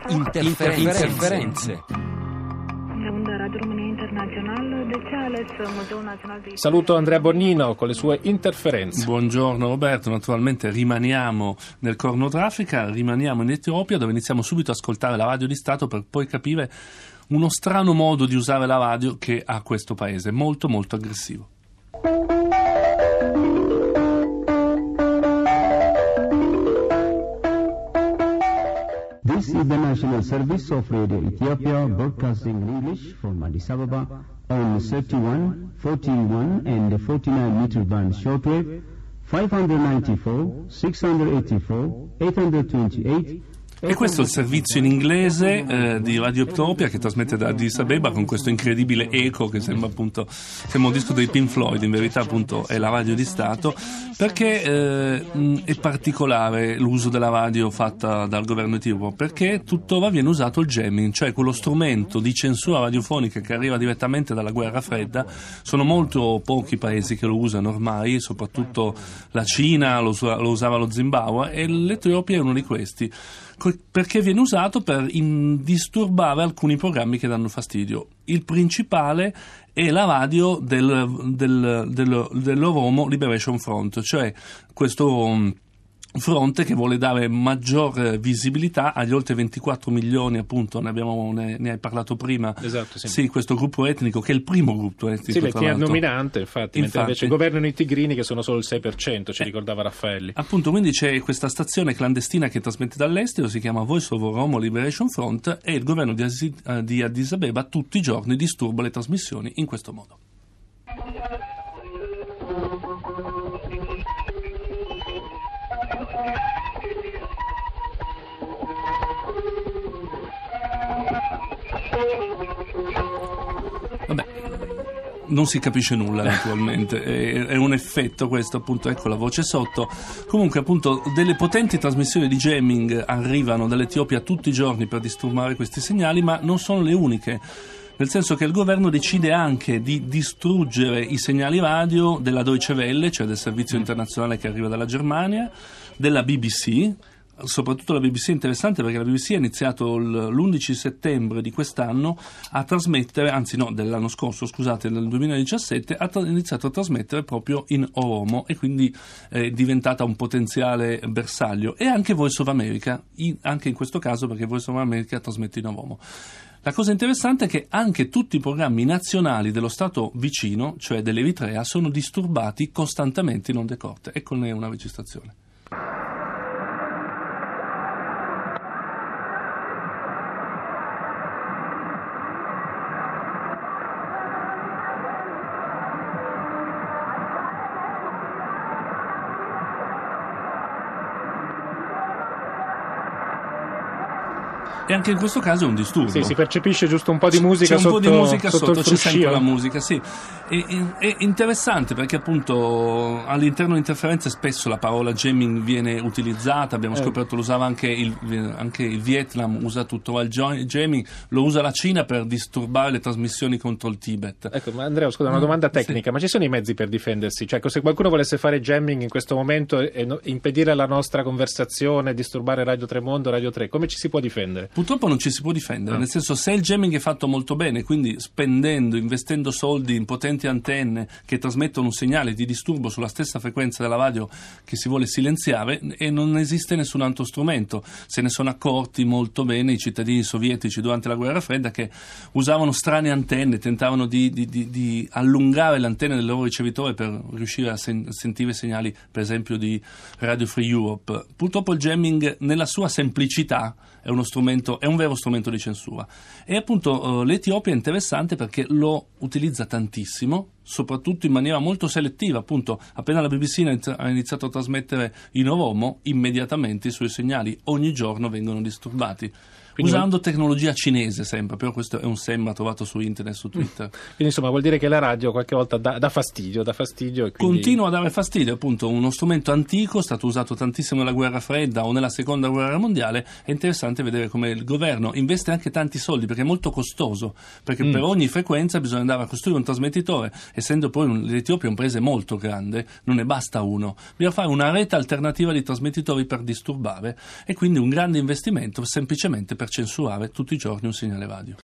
Interferenze. Saluto Andrea Bonnino con le sue interferenze. Buongiorno Roberto, naturalmente rimaniamo nel Corno d'Africa, rimaniamo in Etiopia, dove iniziamo subito a ascoltare la radio di Stato per poi capire uno strano modo di usare la radio che ha questo paese, molto molto aggressivo. This is the National Service of Radio Ethiopia, broadcasting in English from Addis Ababa on 31, 41 and 49 meter band shortwave, 594, 684, 828. E questo è il servizio in inglese di Radio Ethiopia, che trasmette da Addis Abeba con questo incredibile eco che sembra un disco dei Pink Floyd. In verità appunto è la radio di Stato, perché è particolare l'uso della radio fatta dal governo etiope, perché tuttora viene usato il jamming, cioè quello strumento di censura radiofonica che arriva direttamente dalla guerra fredda. Sono molto pochi paesi che lo usano ormai, soprattutto la Cina lo usava lo Zimbabwe, e l'Etiopia è uno di questi, perché viene usato per disturbare alcuni programmi che danno fastidio. Il principale è la radio dell'Oromo Liberation Front, cioè questo fronte che vuole dare maggior visibilità agli oltre 24 milioni, appunto, ne hai parlato prima. Esatto, sì. Sì, questo gruppo etnico, che è il primo gruppo etnico. Sì, l'etnia dominante, infatti, mentre invece governano i tigrini, che sono solo il 6%, ci ricordava Raffaelli. Appunto, quindi c'è questa stazione clandestina che trasmette dall'estero, si chiama Voice of Oromo Liberation Front, e il governo di Addis Abeba tutti i giorni disturba le trasmissioni in questo modo. Vabbè, non si capisce nulla naturalmente, è un effetto questo, appunto, ecco la voce sotto. Comunque, appunto, delle potenti trasmissioni di jamming arrivano dall'Etiopia tutti i giorni per disturbare questi segnali, ma non sono le uniche, nel senso che il governo decide anche di distruggere i segnali radio della Deutsche Welle, cioè del servizio internazionale che arriva dalla Germania, della BBC. Soprattutto la BBC è interessante perché la BBC ha iniziato l'11 settembre di quest'anno a trasmettere, dell'anno scorso, scusate, nel 2017, ha iniziato a trasmettere proprio in Oromo, e quindi è diventata un potenziale bersaglio. E anche Voice of America, anche in questo caso, perché Voice of America trasmette in Oromo. La cosa interessante è che anche tutti i programmi nazionali dello Stato vicino, cioè dell'Eritrea, sono disturbati costantemente in onde corte. Eccone una registrazione. E anche in questo caso è un disturbo. Sì, si percepisce giusto un po' di musica c'è sotto, un po' di musica sotto, c'è sempre la fruscio. musica, sì. È interessante perché appunto all'interno di interferenze spesso la parola jamming viene utilizzata. Abbiamo scoperto lo usava anche il Vietnam, usa tuttora il jamming, lo usa la Cina per disturbare le trasmissioni contro il Tibet. Ecco, ma Andrea, scusa, una domanda tecnica, sì. Ma ci sono i mezzi per difendersi? Cioè, se qualcuno volesse fare jamming in questo momento e impedire la nostra conversazione, disturbare Radio Tremondo, Radio 3, come ci si può difendere? Purtroppo non ci si può difendere, nel senso, se il jamming è fatto molto bene, quindi investendo soldi in potenti antenne che trasmettono un segnale di disturbo sulla stessa frequenza della radio che si vuole silenziare, e non esiste nessun altro strumento. Se ne sono accorti molto bene i cittadini sovietici durante la guerra fredda, che usavano strane antenne, tentavano di allungare le antenne del loro ricevitore per riuscire a sentire segnali, per esempio, di Radio Free Europe. Purtroppo il jamming, nella sua semplicità, è un vero strumento di censura. E appunto l'Etiopia è interessante perché lo utilizza tantissimo, soprattutto in maniera molto selettiva. Appunto, appena la BBC ha iniziato a trasmettere in Oromo, immediatamente i suoi segnali ogni giorno vengono disturbati. usando tecnologia cinese sempre, però questo è un sembra trovato su internet, su Twitter. Quindi insomma vuol dire che la radio qualche volta dà fastidio e quindi... Continua a dare fastidio, appunto, uno strumento antico, stato usato tantissimo nella guerra fredda o nella seconda guerra mondiale. È interessante vedere come il governo investe anche tanti soldi, perché è molto costoso, perché per ogni frequenza bisogna andare a costruire un trasmettitore, essendo poi l'Etiopia è un paese molto grande, non ne basta uno, bisogna fare una rete alternativa di trasmettitori per disturbare, e quindi un grande investimento semplicemente per per censurare tutti i giorni un segnale radio.